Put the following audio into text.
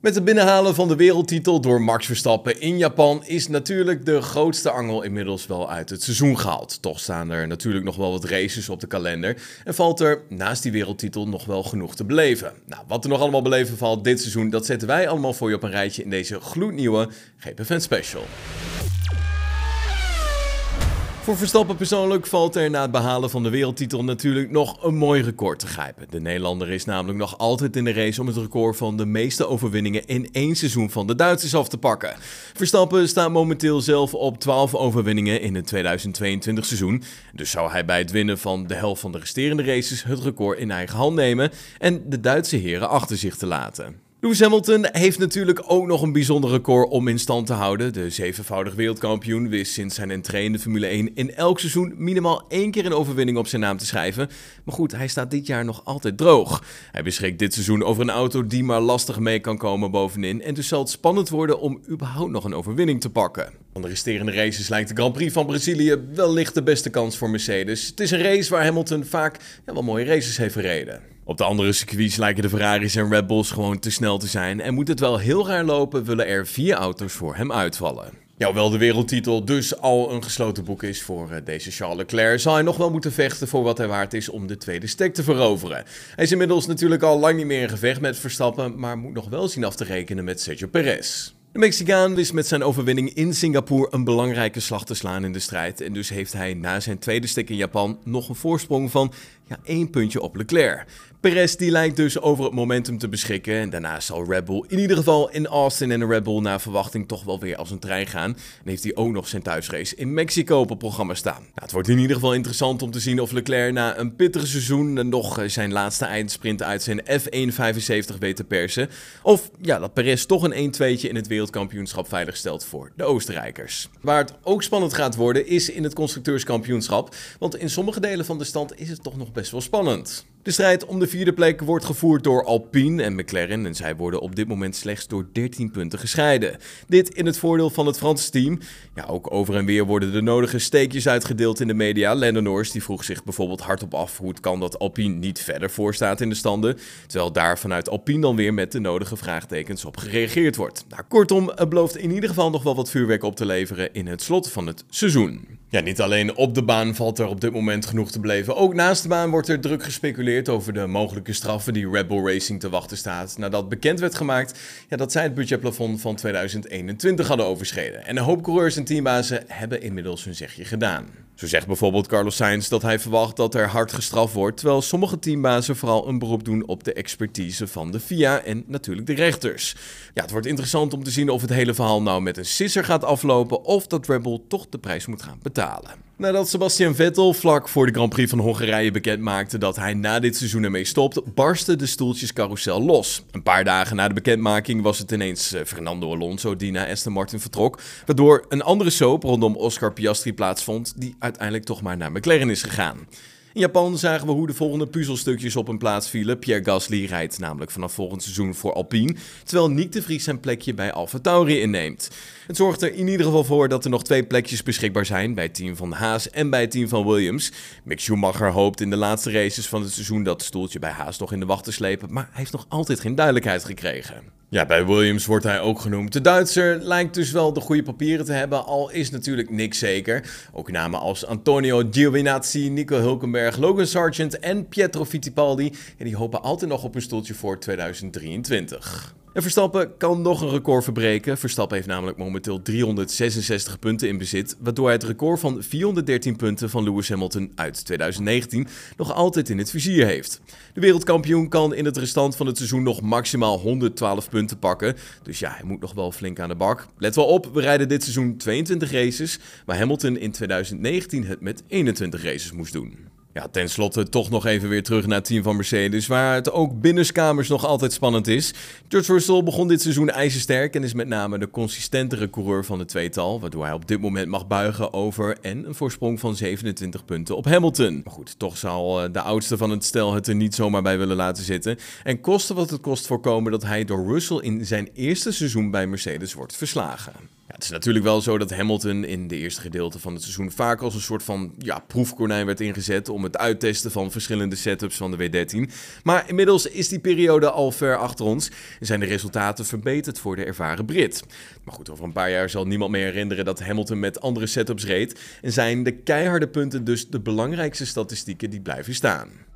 Met het binnenhalen van de wereldtitel door Max Verstappen in Japan is natuurlijk de grootste angel inmiddels wel uit het seizoen gehaald. Toch staan er natuurlijk nog wel wat races op de kalender en valt er naast die wereldtitel nog wel genoeg te beleven. Nou, wat er nog allemaal beleven valt dit seizoen, dat zetten wij allemaal voor je op een rijtje in deze gloednieuwe GP Special. Voor Verstappen persoonlijk valt er na het behalen van de wereldtitel natuurlijk nog een mooi record te grijpen. De Nederlander is namelijk nog altijd in de race om het record van de meeste overwinningen in één seizoen van de Duitsers af te pakken. Verstappen staat momenteel zelf op 12 overwinningen in het 2022 seizoen. Dus zou hij bij het winnen van de helft van de resterende races het record in eigen hand nemen en de Duitse heren achter zich te laten. Lewis Hamilton heeft natuurlijk ook nog een bijzonder record om in stand te houden. De zevenvoudig wereldkampioen wist sinds zijn entree in de Formule 1 in elk seizoen minimaal 1 keer een overwinning op zijn naam te schrijven. Maar goed, hij staat dit jaar nog altijd droog. Hij beschikt dit seizoen over een auto die maar lastig mee kan komen bovenin. En dus zal het spannend worden om überhaupt nog een overwinning te pakken. Van de resterende races lijkt de Grand Prix van Brazilië wellicht de beste kans voor Mercedes. Het is een race waar Hamilton vaak wel mooie races heeft gereden. Op de andere circuits lijken de Ferraris en Red Bulls gewoon te snel te zijn en moet het wel heel raar lopen, willen er 4 auto's voor hem uitvallen. Ja, hoewel de wereldtitel dus al een gesloten boek is voor deze Charles Leclerc, zal hij nog wel moeten vechten voor wat hij waard is om de tweede stek te veroveren. Hij is inmiddels natuurlijk al lang niet meer in gevecht met Verstappen, maar moet nog wel zien af te rekenen met Sergio Perez. De Mexicaan wist met zijn overwinning in Singapore een belangrijke slag te slaan in de strijd en dus heeft hij na zijn tweede stek in Japan nog een voorsprong van 1 puntje op Leclerc. Perez die lijkt dus over het momentum te beschikken en daarnaast zal Red Bull in ieder geval in Austin en de Red Bull naar verwachting toch wel weer als een trein gaan. En heeft hij ook nog zijn thuisrace in Mexico op het programma staan. Nou, het wordt in ieder geval interessant om te zien of Leclerc na een pittig seizoen nog zijn laatste eindsprint uit zijn F1.75 weet te persen. Of dat Perez toch een 1-2'tje in het wereldkampioenschap veilig stelt voor de Oostenrijkers. Waar het ook spannend gaat worden is in het constructeurskampioenschap, want in sommige delen van de stand is het toch nog best wel spannend. De strijd om de 4e plek wordt gevoerd door Alpine en McLaren en zij worden op dit moment slechts door 13 punten gescheiden. Dit in het voordeel van het Franse team. Ja, ook over en weer worden de nodige steekjes uitgedeeld in de media. Lando Norris die vroeg zich bijvoorbeeld hardop af hoe het kan dat Alpine niet verder voor staat in de standen, terwijl daar vanuit Alpine dan weer met de nodige vraagtekens op gereageerd wordt. Nou, kortom, het belooft in ieder geval nog wel wat vuurwerk op te leveren in het slot van het seizoen. Ja, niet alleen op de baan valt er op dit moment genoeg te beleven. Ook naast de baan wordt er druk gespeculeerd over de mogelijke straffen die Red Bull Racing te wachten staat. Nadat bekend werd gemaakt dat zij het budgetplafond van 2021 hadden overschreden. En een hoop coureurs en teambazen hebben inmiddels hun zegje gedaan. Zo zegt bijvoorbeeld Carlos Sainz dat hij verwacht dat er hard gestraft wordt, terwijl sommige teambazen vooral een beroep doen op de expertise van de FIA en natuurlijk de rechters. Ja, het wordt interessant om te zien of het hele verhaal nou met een sisser gaat aflopen of dat Red Bull toch de prijs moet gaan betalen. Nadat Sebastian Vettel vlak voor de Grand Prix van Hongarije bekend maakte dat hij na dit seizoen ermee stopt, barstte de stoeltjescarousel los. Een paar dagen na de bekendmaking was het ineens Fernando Alonso die naar Aston Martin vertrok, waardoor een andere soap rondom Oscar Piastri plaatsvond die uiteindelijk toch maar naar McLaren is gegaan. In Japan zagen we hoe de volgende puzzelstukjes op hun plaats vielen. Pierre Gasly rijdt namelijk vanaf volgend seizoen voor Alpine, terwijl Nick de Vries zijn plekje bij AlphaTauri inneemt. Het zorgt er in ieder geval voor dat er nog 2 plekjes beschikbaar zijn bij het team van Haas en bij het team van Williams. Mick Schumacher hoopt in de laatste races van het seizoen dat stoeltje bij Haas nog in de wacht te slepen, maar hij heeft nog altijd geen duidelijkheid gekregen. Ja, bij Williams wordt hij ook genoemd. De Duitser lijkt dus wel de goede papieren te hebben, al is natuurlijk niks zeker. Ook namen als Antonio Giovinazzi, Nico Hülkenberg, Logan Sargent en Pietro Fittipaldi, die hopen altijd nog op een stoeltje voor 2023. En Verstappen kan nog een record verbreken. Verstappen heeft namelijk momenteel 366 punten in bezit, waardoor hij het record van 413 punten van Lewis Hamilton uit 2019 nog altijd in het vizier heeft. De wereldkampioen kan in het restant van het seizoen nog maximaal 112 punten pakken, dus ja, hij moet nog wel flink aan de bak. Let wel op, we rijden dit seizoen 22 races, waar Hamilton in 2019 het met 21 races moest doen. Ja, tenslotte toch nog even weer terug naar het team van Mercedes, waar het ook binnenskamers nog altijd spannend is. George Russell begon dit seizoen ijzersterk en is met name de consistentere coureur van de tweetal, waardoor hij op dit moment mag buigen over en een voorsprong van 27 punten op Hamilton. Maar goed, toch zal de oudste van het stel het er niet zomaar bij willen laten zitten en koste wat het kost voorkomen dat hij door Russell in zijn eerste seizoen bij Mercedes wordt verslagen. Het is natuurlijk wel zo dat Hamilton in de eerste gedeelte van het seizoen vaak als een soort van proefkonijn werd ingezet om het uittesten van verschillende setups van de W13. Maar inmiddels is die periode al ver achter ons en zijn de resultaten verbeterd voor de ervaren Brit. Maar goed, over een paar jaar zal niemand meer herinneren dat Hamilton met andere setups reed en zijn de keiharde punten dus de belangrijkste statistieken die blijven staan.